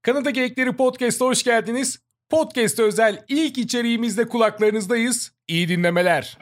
Kanada Geyikleri Podcast'a hoş geldiniz. Podcast özel ilk içeriğimizde kulaklarınızdayız. İyi dinlemeler.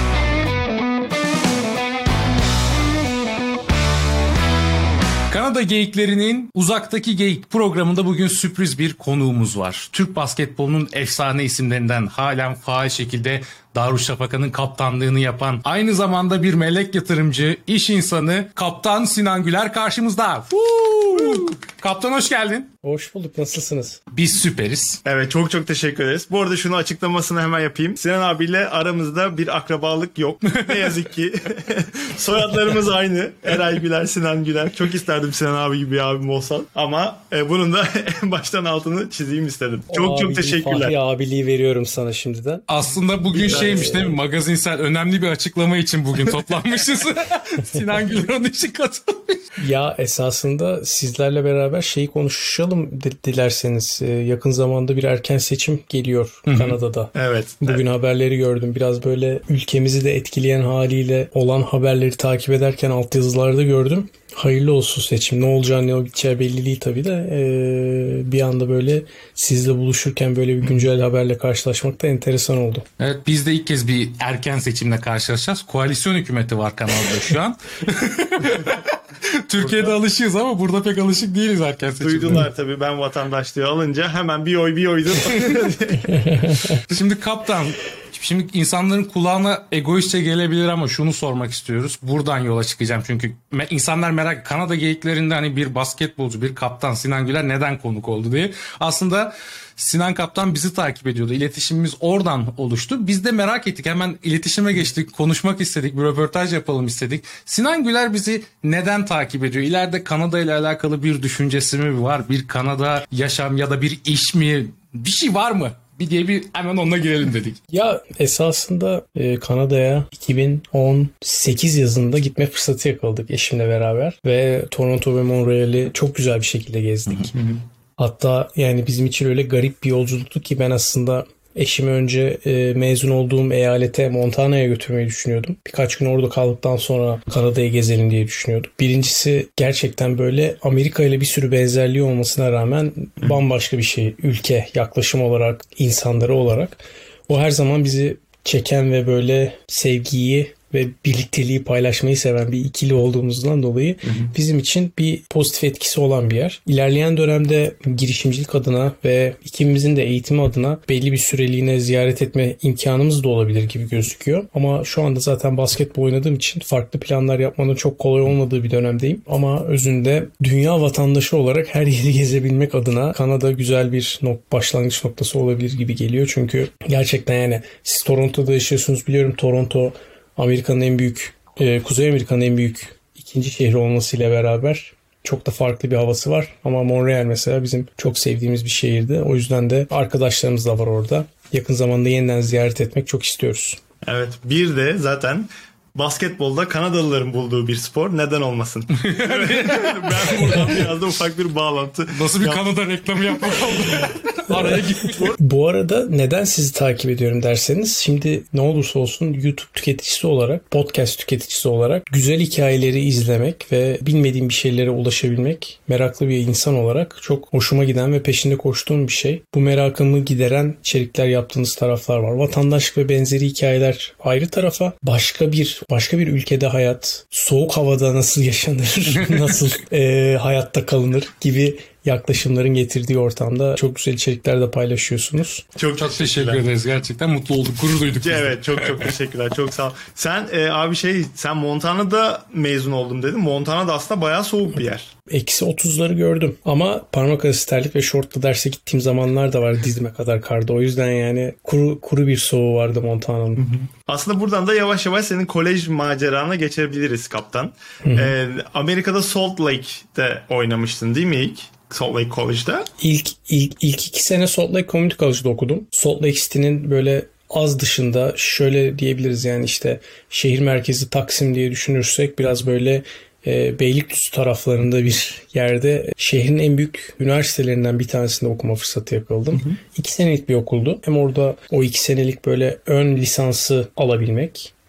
Kanada Geyiklerinin Uzaktaki Geyik programında bugün sürpriz bir konuğumuz var. Türk basketbolunun efsane isimlerinden halen faal şekilde Darüşşafaka'nın kaptanlığını yapan, aynı zamanda bir melek yatırımcı, iş insanı Kaptan Sinan Güler karşımızda. Kaptan hoş geldin. Hoş bulduk. Nasılsınız? Biz süperiz. Evet, çok teşekkür ederiz. Bu arada şunu açıklamasını hemen yapayım. Sinan abiyle aramızda bir akrabalık yok. Ne yazık ki. Soyadlarımız aynı. Eray Güler, Sinan Güler. Çok isterdim Sinan abi gibi bir abim olsan. Ama bunun da en baştan altını çizeyim istedim. Çok teşekkürler. Fahri abiliği veriyorum sana şimdiden. Aslında bugün şeymiş değil mi? Magazinsel önemli bir açıklama için bugün toplanmışız. Sinan Güler onun için katılmış. Ya esasında sizlerle beraber şeyi konuşalım dilerseniz. Yakın zamanda bir erken seçim geliyor Kanada'da. Evet. Bugün haberleri gördüm. Biraz böyle ülkemizi de etkileyen haliyle olan haberleri takip ederken altyazılarda gördüm. Hayırlı olsun seçim. Ne olacağı ne gideceği belli değil tabii de bir anda böyle sizle buluşurken böyle bir güncel haberle karşılaşmak da enteresan oldu. Evet, biz de ilk kez bir erken seçimle karşılaşacağız. Koalisyon hükümeti var Kanada'da şu an. Türkiye'de alışığız ama burada pek alışık değiliz erken seçimde. Duydular tabii, ben vatandaşlığı alınca hemen bir oydu. Şimdi kaptan, şimdi insanların kulağına egoistçe gelebilir ama şunu sormak istiyoruz. Buradan yola çıkacağım çünkü insanlar merak, Kanada Geyiklerinde hani bir basketbolcu, bir kaptan Sinan Güler neden konuk oldu diye. Aslında Sinan Kaptan bizi takip ediyordu. İletişimimiz oradan oluştu. Biz de merak ettik. Hemen iletişime geçtik. Konuşmak istedik. Bir röportaj yapalım istedik. Sinan Güler bizi neden takip ediyor? İleride Kanada ile alakalı bir düşüncesi mi var? Bir Kanada yaşam ya da bir iş mi? Bir şey var mı? Bir hemen onunla girelim dedik. Ya esasında Kanada'ya 2018 yazında gitme fırsatı yakaladık eşimle beraber. Ve Toronto ve Montreal'i çok güzel bir şekilde gezdik. Hatta yani bizim için öyle garip bir yolculuktu ki ben aslında eşimi önce mezun olduğum eyalete, Montana'ya götürmeyi düşünüyordum. Birkaç gün orada kaldıktan sonra Kanada'yı gezelim diye düşünüyordum. Birincisi gerçekten böyle Amerika ile bir sürü benzerliği olmasına rağmen bambaşka bir şey. Ülke, yaklaşım olarak, insanları olarak. O her zaman bizi çeken ve böyle sevgiyi ve birlikteliği paylaşmayı seven bir ikili olduğumuzdan dolayı bizim için bir pozitif etkisi olan bir yer. İlerleyen dönemde girişimcilik adına ve ikimizin de eğitimi adına belli bir süreliğine ziyaret etme imkanımız da olabilir gibi gözüküyor. Ama şu anda zaten basketbol oynadığım için farklı planlar yapmanın çok kolay olmadığı bir dönemdeyim. Ama özünde dünya vatandaşı olarak her yeri gezebilmek adına Kanada güzel bir başlangıç noktası olabilir gibi geliyor. Çünkü gerçekten yani siz Toronto'da yaşıyorsunuz, biliyorum. Toronto Amerika'nın en büyük, Kuzey Amerika'nın en büyük ikinci şehri olmasıyla beraber çok da farklı bir havası var. Ama Montreal mesela bizim çok sevdiğimiz bir şehirdi. O yüzden de arkadaşlarımız da var orada. Yakın zamanda yeniden ziyaret etmek çok istiyoruz. Evet, bir de zaten basketbolda Kanadalıların bulduğu bir spor, neden olmasın? Ben buradan biraz da ufak bir bağlantı. Nasıl bir Kanada reklamı yapmak oldu? Araya gitmiş. Bu arada neden sizi takip ediyorum derseniz, şimdi ne olursa olsun YouTube tüketicisi olarak, podcast tüketicisi olarak güzel hikayeleri izlemek ve bilmediğim bir şeylere ulaşabilmek, meraklı bir insan olarak çok hoşuma giden ve peşinde koştuğum bir şey. Bu merakımı gideren içerikler yaptığınız taraflar var. Vatandaşlık ve benzeri hikayeler ayrı tarafa, başka bir ülkede hayat, soğuk havada nasıl yaşanır, nasıl hayatta kalınır gibi yaklaşımların getirdiği ortamda çok güzel içerikler de paylaşıyorsunuz. Çok teşekkür ederiz. Gerçekten mutlu olduk, gurur duyduk. Evet, çok teşekkürler. Çok sağ ol. Sen abi sen Montana'da mezun oldum dedin. Montana'da aslında bayağı soğuk bir yer. Eksi 30'ları gördüm. Ama parmak arası terlik ve şortla derse gittiğim zamanlar da var, dizime kadar kardı. O yüzden yani kuru bir soğuğu vardı Montana'nın. Aslında buradan da yavaş yavaş senin kolej macerana geçebiliriz kaptan. Amerika'da Salt Lake'de oynamıştın değil mi ilk? Salt Lake College'da. İlk 2 sene Salt Lake Community College'da okudum. Salt Lake City'nin böyle az dışında, şöyle diyebiliriz yani, işte şehir merkezi Taksim diye düşünürsek biraz böyle Beylikdüzü taraflarında bir yerde, şehrin en büyük üniversitelerinden bir tanesinde okuma fırsatı yakaladım. 2 senelik bir okuldu. Hem orada o 2 senelik böyle ön lisansı alabilmek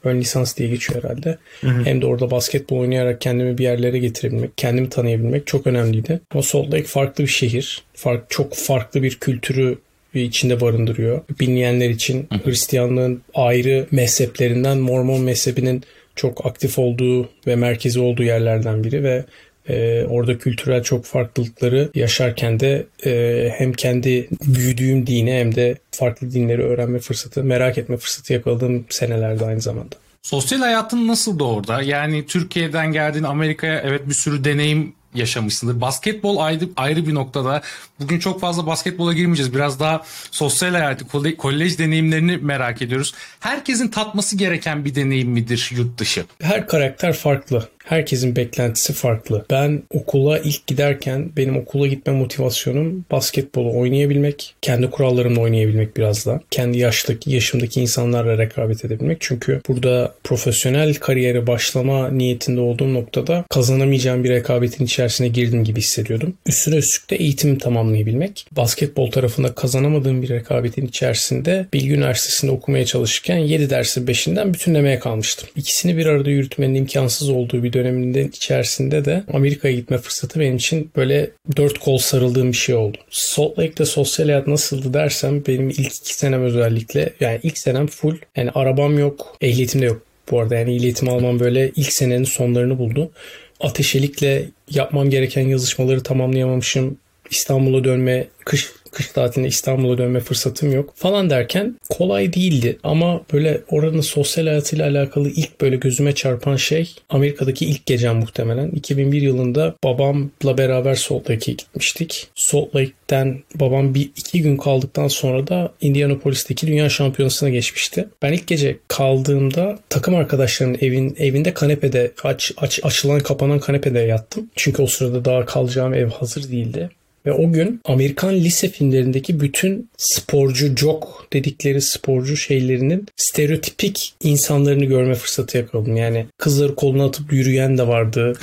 Ön lisans diye geçiyor herhalde. Hem de orada basketbol oynayarak kendimi bir yerlere getirebilmek, kendimi tanıyabilmek çok önemliydi. Ama Salt Lake farklı bir şehir. Çok farklı bir kültürü içinde barındırıyor. Bilmeyenler için Hristiyanlığın ayrı mezheplerinden Mormon mezhebinin çok aktif olduğu ve merkezi olduğu yerlerden biri ve orada kültürel çok farklılıkları yaşarken de hem kendi büyüdüğüm dine hem de farklı dinleri öğrenme fırsatı, merak etme fırsatı yakaladığım senelerde aynı zamanda. Sosyal hayatın nasıldı orada? Yani Türkiye'den geldiğin Amerika'ya evet bir sürü deneyim yaşamışsındır. Basketbol ayrı bir noktada. Bugün çok fazla basketbola girmeyeceğiz. Biraz daha sosyal hayatı, kolej deneyimlerini merak ediyoruz. Herkesin tatması gereken bir deneyim midir yurt dışı? Her karakter farklı. Herkesin beklentisi farklı. Ben okula ilk giderken benim okula gitme motivasyonum basketbolu oynayabilmek, kendi kurallarımla oynayabilmek biraz da. Kendi yaşımdaki insanlarla rekabet edebilmek. Çünkü burada profesyonel kariyere başlama niyetinde olduğum noktada kazanamayacağım bir rekabetin içerisine girdim gibi hissediyordum. Üstüne üstlük de eğitimi tamamlayabilmek. Basketbol tarafında kazanamadığım bir rekabetin içerisinde Bilgi Üniversitesi'nde okumaya çalışırken 7 dersi 5'inden bütünlemeye kalmıştım. İkisini bir arada yürütmenin imkansız olduğu bir döneminin içerisinde de Amerika'ya gitme fırsatı benim için böyle 4 kol sarıldığım bir şey oldu. Salt Lake'de sosyal hayat nasıldı dersem benim ilk 2 senem özellikle, yani ilk senem full, yani arabam yok, ehliyetim de yok bu arada, yani ehliyetimi almam böyle ilk senenin sonlarını buldu. Ateşelikle yapmam gereken yazışmaları tamamlayamamışım. İstanbul'a dönme, kış tatilinde İstanbul'a dönme fırsatım yok falan derken kolay değildi. Ama böyle oranın sosyal hayatıyla alakalı ilk böyle gözüme çarpan şey Amerika'daki ilk gecem muhtemelen. 2001 yılında babamla beraber Salt Lake'e gitmiştik. Salt Lake'den babam 2 gün kaldıktan sonra da Indianapolis'teki Dünya Şampiyonası'na geçmişti. Ben ilk gece kaldığımda takım arkadaşlarımın evinde kanepede açılan kapanan kanepede yattım. Çünkü o sırada daha kalacağım ev hazır değildi. Ve o gün Amerikan lise filmlerindeki bütün sporcu, jock dedikleri sporcu şeylerinin stereotipik insanlarını görme fırsatı yakaladım. Yani kızları koluna atıp yürüyen de vardı.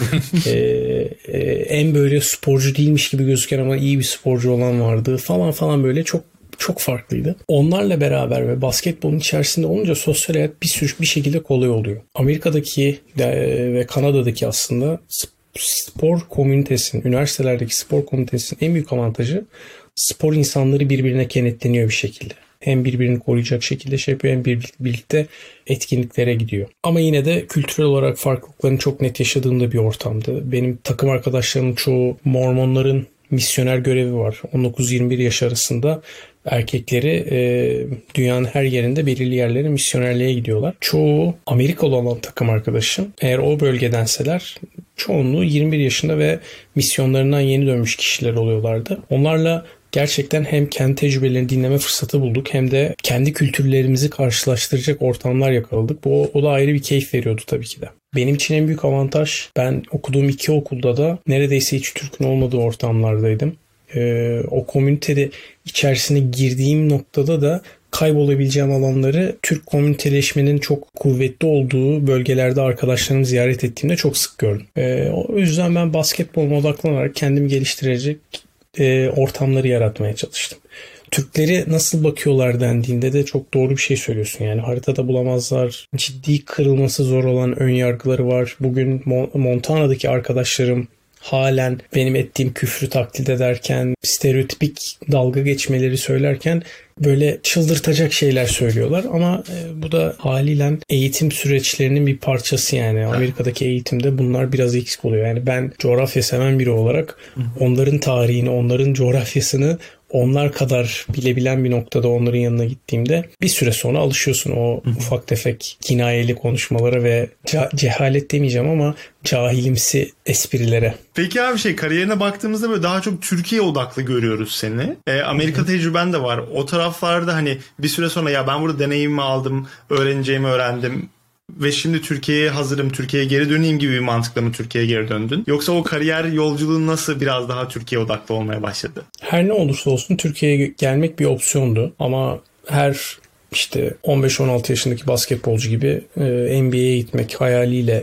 En böyle sporcu değilmiş gibi gözüken ama iyi bir sporcu olan vardı falan falan, böyle çok farklıydı. Onlarla beraber ve basketbolun içerisinde olunca sosyal hayat bir şekilde kolay oluyor. Amerika'daki ve Kanada'daki aslında spor komünitesinin, üniversitelerdeki spor komünitesinin en büyük avantajı spor insanları birbirine kenetleniyor bir şekilde. Hem birbirini koruyacak şekilde şey yapıyor, hem birlikte etkinliklere gidiyor. Ama yine de kültürel olarak farklılıklarını çok net yaşadığım da bir ortamdı. Benim takım arkadaşlarımın çoğu Mormonların misyoner görevi var. 19-21 yaş arasında erkekleri dünyanın her yerinde belirli yerlere misyonerliğe gidiyorlar. Çoğu Amerikalı olan takım arkadaşım, eğer o bölgedenseler, çoğunluğu 21 yaşında ve misyonlarından yeni dönmüş kişiler oluyorlardı. Onlarla gerçekten hem kendi tecrübelerini dinleme fırsatı bulduk, hem de kendi kültürlerimizi karşılaştıracak ortamlar yakaladık. O da ayrı bir keyif veriyordu tabii ki de. Benim için en büyük avantaj, ben okuduğum 2 okulda da neredeyse hiç Türk'ün olmadığı ortamlardaydım. O komünitede içerisine girdiğim noktada da kaybolabileceğim alanları Türk komüniteleşmenin çok kuvvetli olduğu bölgelerde arkadaşlarımı ziyaret ettiğimde çok sık gördüm. O yüzden ben basketboluma odaklanarak kendimi geliştirecek ortamları yaratmaya çalıştım. Türkleri nasıl bakıyorlar dendiğinde de çok doğru bir şey söylüyorsun. Yani haritada bulamazlar. Ciddi kırılması zor olan ön yargıları var. Bugün Montana'daki arkadaşlarım halen benim ettiğim küfrü taklit ederken, stereotipik dalga geçmeleri söylerken böyle çıldırtacak şeyler söylüyorlar. Ama bu da haliyle eğitim süreçlerinin bir parçası yani. Amerika'daki eğitimde bunlar biraz eksik oluyor. Yani ben coğrafya seven biri olarak onların tarihini, onların coğrafyasını onlar kadar bilebilen bir noktada onların yanına gittiğimde bir süre sonra alışıyorsun o ufak tefek kinayeli konuşmalara ve cehalet demeyeceğim ama cahilimsi esprilere. Peki abi kariyerine baktığımızda böyle daha çok Türkiye odaklı görüyoruz seni. Amerika tecrüben de var. O taraflarda hani bir süre sonra ya ben burada deneyimimi aldım, öğreneceğimi öğrendim ve şimdi Türkiye'ye hazırım, Türkiye'ye geri döneyim gibi bir mantıkla mı Türkiye'ye geri döndün? Yoksa o kariyer yolculuğun nasıl biraz daha Türkiye odaklı olmaya başladı? Her ne olursa olsun Türkiye'ye gelmek bir opsiyondu. Ama her 15-16 yaşındaki basketbolcu gibi NBA'ye gitmek hayaliyle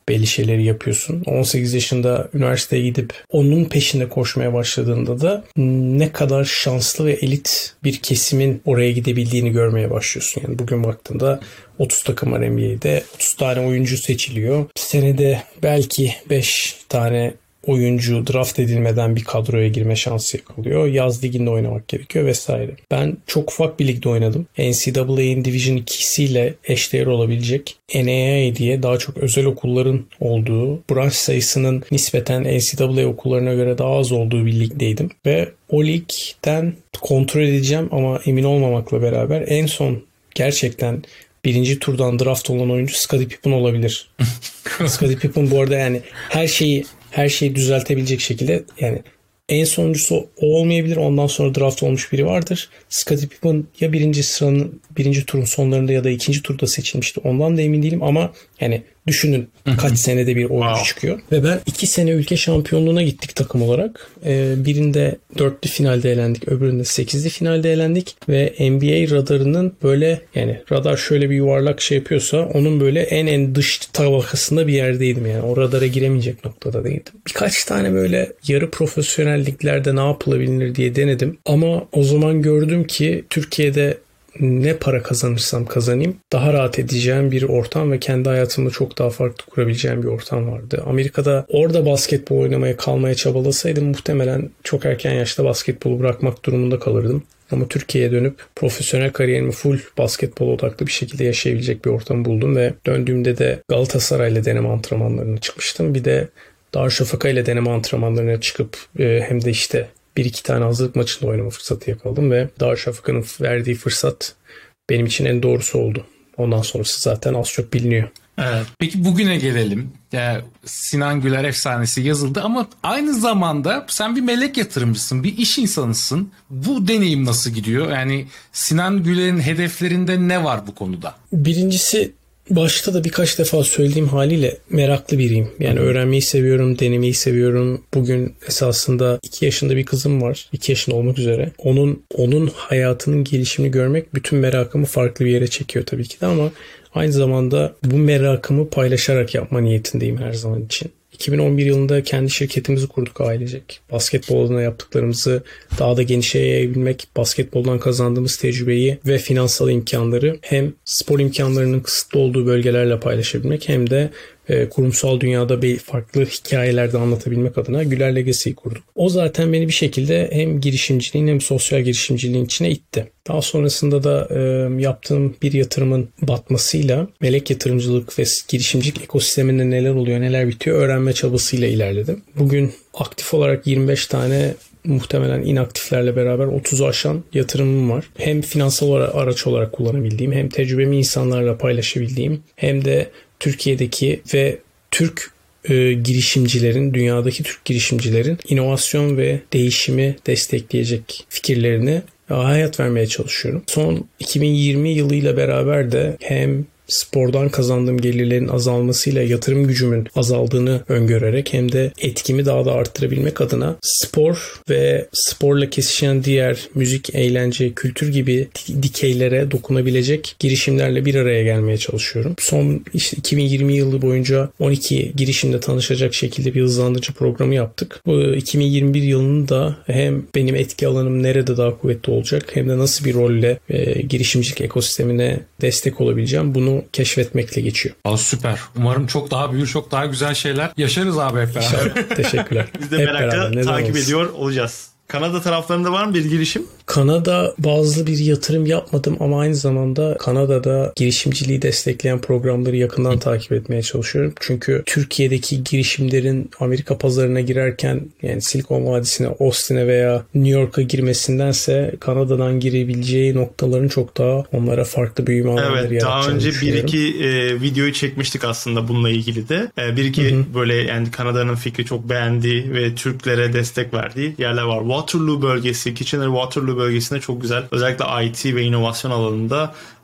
belli şeyleri yapıyorsun. 18 yaşında üniversiteye gidip onun peşinde koşmaya başladığında da ne kadar şanslı ve elit bir kesimin oraya gidebildiğini görmeye başlıyorsun. Yani bugün baktığında 30 takım var NBA'de. 30 tane oyuncu seçiliyor. Senede belki 5 tane oyuncu draft edilmeden bir kadroya girme şansı yakalıyor. Yaz liginde oynamak gerekiyor vesaire. Ben çok ufak bir ligde oynadım. NCAA'nin Division 2'siyle eşdeğer olabilecek NAIA diye daha çok özel okulların olduğu, branş sayısının nispeten NCAA okullarına göre daha az olduğu bir ligdeydim. Ve o ligden kontrol edeceğim ama emin olmamakla beraber en son gerçekten birinci turdan draft olan oyuncu Scottie Pippen olabilir. Scottie Pippen bu arada yani her şeyi düzeltebilecek şekilde, yani en sonuncusu o olmayabilir. Ondan sonra draft olmuş biri vardır. Scottie Pippen ya birinci turun sonlarında ya da ikinci turda seçilmişti. Ondan da emin değilim ama yani düşünün kaç senede bir oyuncu çıkıyor. Ve ben 2 sene ülke şampiyonluğuna gittik takım olarak. Birinde 4'lü finalde elendik. Öbüründe 8'li finalde elendik. Ve NBA radarının böyle, yani radar şöyle bir yuvarlak şey yapıyorsa onun böyle en dış tabakasında bir yerdeydim. Yani o radara giremeyecek noktada değildim. Birkaç tane böyle yarı profesyonel liglerde ne yapılabilir diye denedim. Ama o zaman gördüm ki Türkiye'de ne para kazanırsam kazanayım daha rahat edeceğim bir ortam ve kendi hayatımı çok daha farklı kurabileceğim bir ortam vardı. Amerika'da orada basketbol oynamaya kalmaya çabalasaydım muhtemelen çok erken yaşta basketbolu bırakmak durumunda kalırdım. Ama Türkiye'ye dönüp profesyonel kariyerimi full basketbol odaklı bir şekilde yaşayabilecek bir ortam buldum ve döndüğümde de Galatasaray'la deneme antrenmanlarına çıkmıştım. Bir de Darüşşafaka ile deneme antrenmanlarına çıkıp hem de işte bir iki tane hazırlık maçında oynama fırsatı yakaladım ve Darüşşafaka'nın verdiği fırsat benim için en doğrusu oldu. Ondan sonrası zaten az çok biliniyor. Evet. Peki bugüne gelelim. Yani Sinan Güler efsanesi yazıldı ama aynı zamanda sen bir melek yatırımcısın, bir iş insanısın. Bu deneyim nasıl gidiyor? Yani Sinan Güler'in hedeflerinde ne var bu konuda? Birincisi, başta da birkaç defa söylediğim haliyle meraklı biriyim. Yani öğrenmeyi seviyorum, denemeyi seviyorum. Bugün esasında 2 yaşında bir kızım var. 2 yaşında olmak üzere. Onun hayatının gelişimini görmek bütün merakımı farklı bir yere çekiyor tabii ki de ama aynı zamanda bu merakımı paylaşarak yapma niyetindeyim her zaman için. 2011 yılında kendi şirketimizi kurduk ailecek. Basketbol adına yaptıklarımızı daha da genişe yayabilmek, basketboldan kazandığımız tecrübeyi ve finansal imkanları hem spor imkanlarının kısıtlı olduğu bölgelerle paylaşabilmek hem de kurumsal dünyada farklı hikayelerde anlatabilmek adına Güler Legacy'yi kurduk. O zaten beni bir şekilde hem girişimciliğin hem sosyal girişimciliğin içine itti. Daha sonrasında da yaptığım bir yatırımın batmasıyla melek yatırımcılık ve girişimcilik ekosisteminde neler oluyor, neler bitiyor öğrenme çabasıyla ilerledim. Bugün aktif olarak 25 tane, muhtemelen inaktiflerle beraber 30'u aşan yatırımım var. Hem finansal araç olarak kullanabildiğim, hem tecrübemi insanlarla paylaşabildiğim, hem de Türkiye'deki ve Türk girişimcilerin, dünyadaki Türk girişimcilerin inovasyon ve değişimi destekleyecek fikirlerini hayat vermeye çalışıyorum. Son 2020 yılıyla beraber de hem spordan kazandığım gelirlerin azalmasıyla yatırım gücümün azaldığını öngörerek hem de etkimi daha da arttırabilmek adına spor ve sporla kesişen diğer müzik, eğlence, kültür gibi dikeylere dokunabilecek girişimlerle bir araya gelmeye çalışıyorum. Son işte 2020 yılı boyunca 12 girişimle tanışacak şekilde bir hızlandırıcı programı yaptık. Bu 2021 yılının da hem benim etki alanım nerede daha kuvvetli olacak hem de nasıl bir rolle girişimcilik ekosistemine destek olabileceğim, bunu keşfetmekle geçiyor. Süper. Umarım çok daha büyük, çok daha güzel şeyler yaşarız abi hep beraber. Teşekkürler. Biz de merakla takip ediyor olacağız. Kanada taraflarında var mı bir girişim? Kanada bazı bir yatırım yapmadım ama aynı zamanda Kanada'da girişimciliği destekleyen programları yakından takip etmeye çalışıyorum. Çünkü Türkiye'deki girişimlerin Amerika pazarına girerken, yani Silikon Vadisi'ne, Austin'e veya New York'a girmesindense Kanada'dan girebileceği noktaların çok daha onlara farklı büyüme alanları yaratacağını daha önce düşünüyorum. 1-2 videoyu çekmiştik aslında bununla ilgili de. 1-2 böyle yani Kanada'nın fikri çok beğendiği ve Türklere destek verdiği yerler var. Waterloo bölgesi, Kitchener-Waterloo bölgesinde çok güzel, özellikle IT ve inovasyon alanında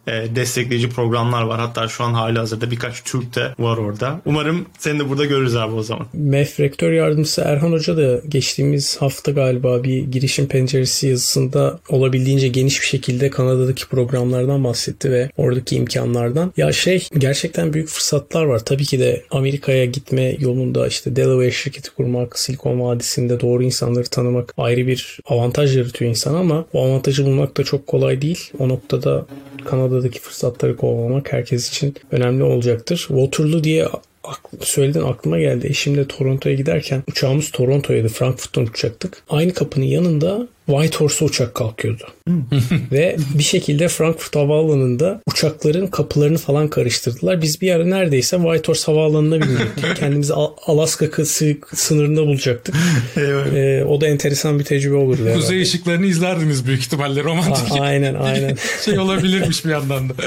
destekleyici programlar var. Hatta şu an halihazırda birkaç Türk de var orada. Umarım seni de burada görürüz abi o zaman. MEF Rektör Yardımcısı Erhan Hoca da geçtiğimiz hafta galiba bir girişim penceresi yazısında olabildiğince geniş bir şekilde Kanada'daki programlardan bahsetti ve oradaki imkanlardan. Ya gerçekten büyük fırsatlar var. Tabii ki de Amerika'ya gitme yolunda işte Delaware şirketi kurmak, Silikon Vadisi'nde doğru insanları tanımak ayrı bir avantaj yaratıyor insana ama o avantajı bulmak da çok kolay değil. O noktada Kanada'daki fırsatları kovalamak herkes için önemli olacaktır. Waterloo diye söyledin aklıma geldi. Eşimle Toronto'ya giderken uçağımız Toronto'ydı. Frankfurt'tan uçacaktık. Aynı kapının yanında Whitehorse'a uçak kalkıyordu. Ve bir şekilde Frankfurt Havaalanı'nda uçakların kapılarını falan karıştırdılar. Biz bir ara neredeyse Whitehorse Havaalanı'na binecektik. Kendimizi Alaska sınırında bulacaktık. O da enteresan bir tecrübe olurdu. Kuzey ışıklarını izlerdiniz büyük ihtimalle, romantik. Aynen. Şey olabilirmiş bir yandan da.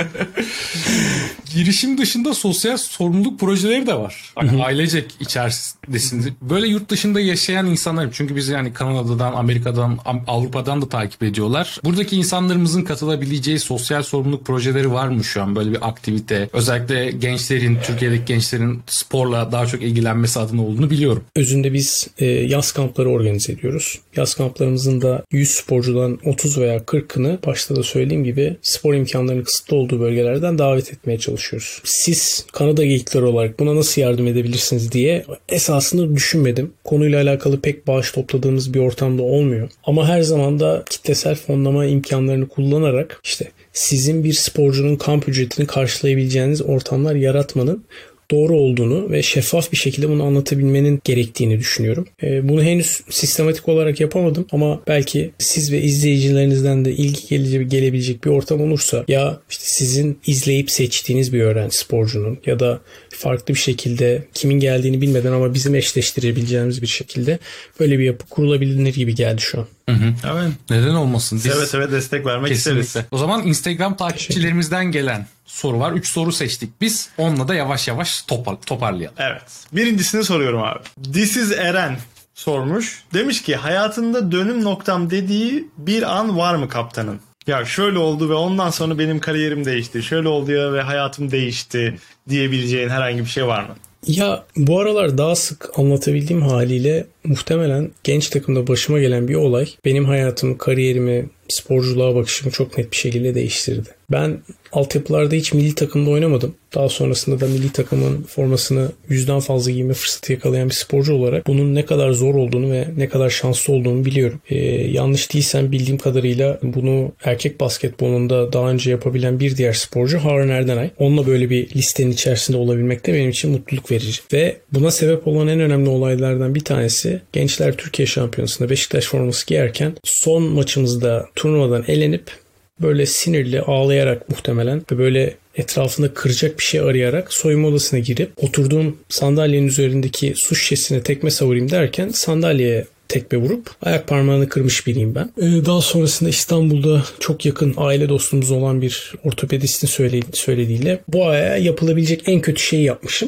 Girişim dışında sosyal sorumluluk projeleri de var. Hani ailecek içerisinde. Böyle yurt dışında yaşayan insanlar, çünkü biz yani Kanada'dan, Amerika'dan, Avrupa'dan da takip ediyorlar. Buradaki insanlarımızın katılabileceği sosyal sorumluluk projeleri var mı şu an? Böyle bir aktivite. Özellikle gençlerin, Türkiye'deki gençlerin sporla daha çok ilgilenmesi adına olduğunu biliyorum. Özünde biz yaz kampları organize ediyoruz. Yaz kamplarımızın da 100 sporcudan 30 veya 40'ını başta da söylediğim gibi spor imkanlarının kısıtlı olduğu bölgelerden davet etmeye çalışıyoruz. Siz Kanada Geyikleri olarak buna nasıl yardım edebilirsiniz diye esasında düşünmedim. Konuyla alakalı pek bağış topladığımız bir ortamda olmuyor. Ama her zaman da kitlesel fonlama imkanlarını kullanarak işte sizin bir sporcunun kamp ücretini karşılayabileceğiniz ortamlar yaratmanın doğru olduğunu ve şeffaf bir şekilde bunu anlatabilmenin gerektiğini düşünüyorum. Bunu henüz sistematik olarak yapamadım ama belki siz ve izleyicilerinizden de ilgi gelebilecek bir ortam olursa, ya işte sizin izleyip seçtiğiniz bir öğrenci sporcunun ya da farklı bir şekilde kimin geldiğini bilmeden ama bizim eşleştirebileceğimiz bir şekilde böyle bir yapı kurulabilir gibi geldi şu an. Evet. Neden olmasın? Seve destek vermek isteriz. O zaman Instagram takipçilerimizden gelen soru var. 3 soru seçtik biz. Onunla da yavaş yavaş toparlayalım. Evet. Birincisini soruyorum abi. This is Eren sormuş. Demiş ki hayatında dönüm noktam dediği bir an var mı kaptanın? Ya şöyle oldu ve ondan sonra benim kariyerim değişti. Şöyle oldu ya ve hayatım değişti diyebileceğin herhangi bir şey var mı? Ya bu aralar daha sık anlatabildiğim haliyle muhtemelen genç takımda başıma gelen bir olay benim hayatımı, kariyerimi, sporculuğa bakışımı çok net bir şekilde değiştirdi. Ben altyapılarda hiç milli takımda oynamadım. Daha sonrasında da milli takımın formasını 100'den fazla giyme fırsatı yakalayan bir sporcu olarak bunun ne kadar zor olduğunu ve ne kadar şanslı olduğunu biliyorum. Yanlış değilsem bildiğim kadarıyla bunu erkek basketbolunda daha önce yapabilen bir diğer sporcu Harun Erdenay. Onunla böyle bir listenin içerisinde olabilmek de benim için mutluluk verici. Ve buna sebep olan en önemli olaylardan bir tanesi Gençler Türkiye Şampiyonası'nda Beşiktaş forması giyerken son maçımızda turnuvadan elenip böyle sinirli ağlayarak muhtemelen ve böyle etrafında kıracak bir şey arayarak soyunma odasına girip oturduğum sandalyenin üzerindeki su şişesine tekme savurayım derken sandalyeye tekme vurup ayak parmağını kırmış biriyim ben. Daha sonrasında İstanbul'da çok yakın aile dostumuz olan bir ortopedistin söylediğiyle bu ayağa yapılabilecek en kötü şeyi yapmışım.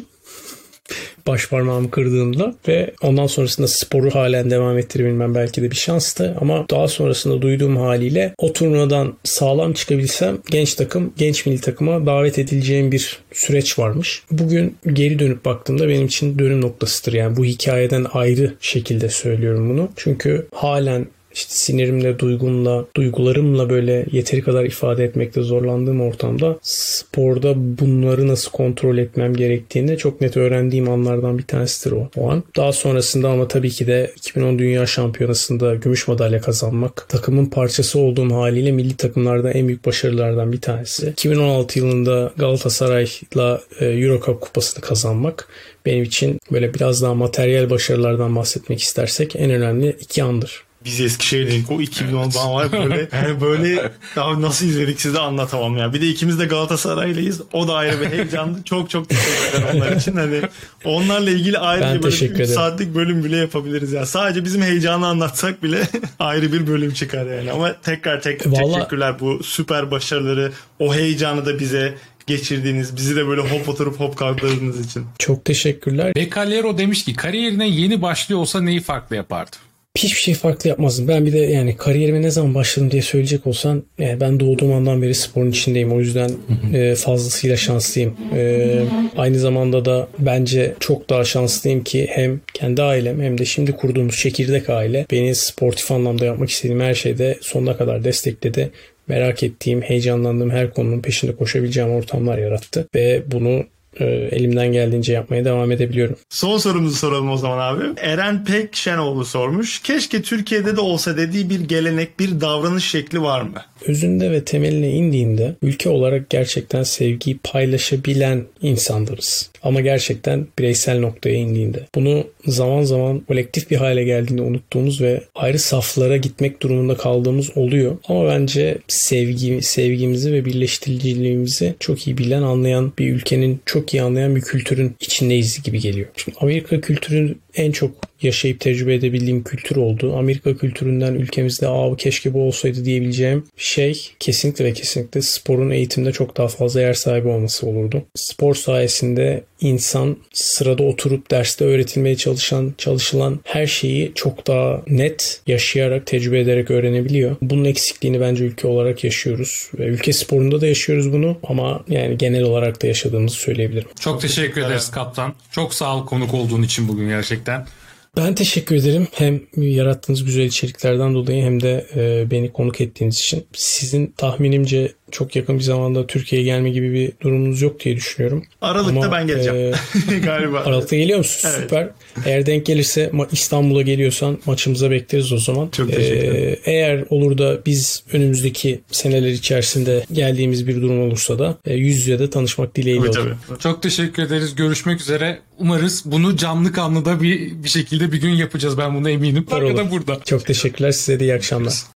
Baş parmağımı kırdığımda ve ondan sonrasında sporu halen devam ettirebilmem belki de bir şanstı ama daha sonrasında duyduğum haliyle o turnuvadan sağlam çıkabilsem genç milli takıma davet edileceğim bir süreç varmış. Bugün geri dönüp baktığımda benim için dönüm noktasıdır. Yani bu hikayeden ayrı şekilde söylüyorum bunu. Çünkü halen İşte sinirimle, duygularımla böyle yeteri kadar ifade etmekte zorlandığım ortamda sporda bunları nasıl kontrol etmem gerektiğini çok net öğrendiğim anlardan bir tanesidir o an. Daha sonrasında ama tabii ki de 2010 Dünya Şampiyonası'nda gümüş madalya kazanmak, takımın parçası olduğum haliyle milli takımlarda en büyük başarılardan bir tanesi. 2016 yılında Galatasaray'la Euro Cup kupasını kazanmak benim için böyle biraz daha materyal başarılardan bahsetmek istersek en önemli iki andır. Biz Eskişehir'deydik. O 2010'dan var böyle. Yani böyle daha nasıl izledik size anlatamam ya. Bir de ikimiz de Galatasaraylıyız. O da ayrı bir heyecandı. Çok teşekkür ederim onlar için. Hani onlarla ilgili ayrı bir 3 saatlik bölüm bile yapabiliriz ya. Sadece bizim heyecanı anlatsak bile ayrı bir bölüm çıkar yani. Ama tekrar teşekkürler bu süper başarıları, o heyecanı da bize geçirdiğiniz, bizi de böyle hop oturup hop kalktırdığınız için. Çok teşekkürler. Becalero demiş ki kariyerine yeni başlıyor olsa neyi farklı yapardı? hiçbir şey farklı yapmazdım. Ben bir de yani kariyerime ne zaman başladım diye söyleyecek olsan ben doğduğum andan beri sporun içindeyim. O yüzden fazlasıyla şanslıyım. Aynı zamanda da bence çok daha şanslıyım ki hem kendi ailem hem de şimdi kurduğumuz çekirdek aile beni sportif anlamda yapmak istediğim her şeyde sonuna kadar destekledi. Merak ettiğim, heyecanlandığım her konunun peşinde koşabileceğim ortamlar yarattı ve bunu elimden geldiğince yapmaya devam edebiliyorum. Son sorumuzu soralım o zaman abi. Eren Pekşenoğlu sormuş. Keşke Türkiye'de de olsa dediği bir gelenek, bir davranış şekli var mı? Özünde ve temeline indiğinde ülke olarak gerçekten sevgiyi paylaşabilen insanlarız. Ama gerçekten bireysel noktaya indiğinde. Bunu zaman zaman kolektif bir hale geldiğinde unuttuğumuz ve ayrı saflara gitmek durumunda kaldığımız oluyor. Ama bence sevgimizi ve birleştiriciliğimizi çok iyi bilen, anlayan bir ülkenin, çok iyi anlayan bir kültürün içindeyiz gibi geliyor. Şimdi Amerika kültürü en çok yaşayıp tecrübe edebildiğim kültür oldu. Amerika kültüründen ülkemizde keşke bu olsaydı diyebileceğim şey kesinlikle ve kesinlikle sporun eğitimde çok daha fazla yer sahibi olması olurdu. Spor sayesinde insan sırada oturup derste öğretilmeye çalışılan her şeyi çok daha net yaşayarak, tecrübe ederek öğrenebiliyor. Bunun eksikliğini bence ülke olarak yaşıyoruz. Ve ülke sporunda da yaşıyoruz bunu ama yani genel olarak da yaşadığımızı söyleyebilirim. Çok teşekkür ederiz kaptan. Çok sağ ol konuk olduğun için bugün gerçekten. Ben teşekkür ederim. Hem yarattığınız güzel içeriklerden dolayı hem de beni konuk ettiğiniz için. Sizin tahminimce çok yakın bir zamanda Türkiye'ye gelme gibi bir durumunuz yok diye düşünüyorum. Aralıkta ama, ben geleceğim. Galiba. Aralıkta geliyor musun? Evet. Süper. Eğer denk gelirse İstanbul'a geliyorsan maçımıza bekleriz o zaman. Çok teşekkür ederim. Eğer olur da biz önümüzdeki seneler içerisinde geldiğimiz bir durum olursa da yüz yüze de tanışmak dileğiyle olur. Çok teşekkür ederiz. Görüşmek üzere. Umarız bunu canlı kanlı da bir şekilde bir gün yapacağız. Ben buna eminim. Da burada. Çok teşekkürler. Size de iyi akşamlar.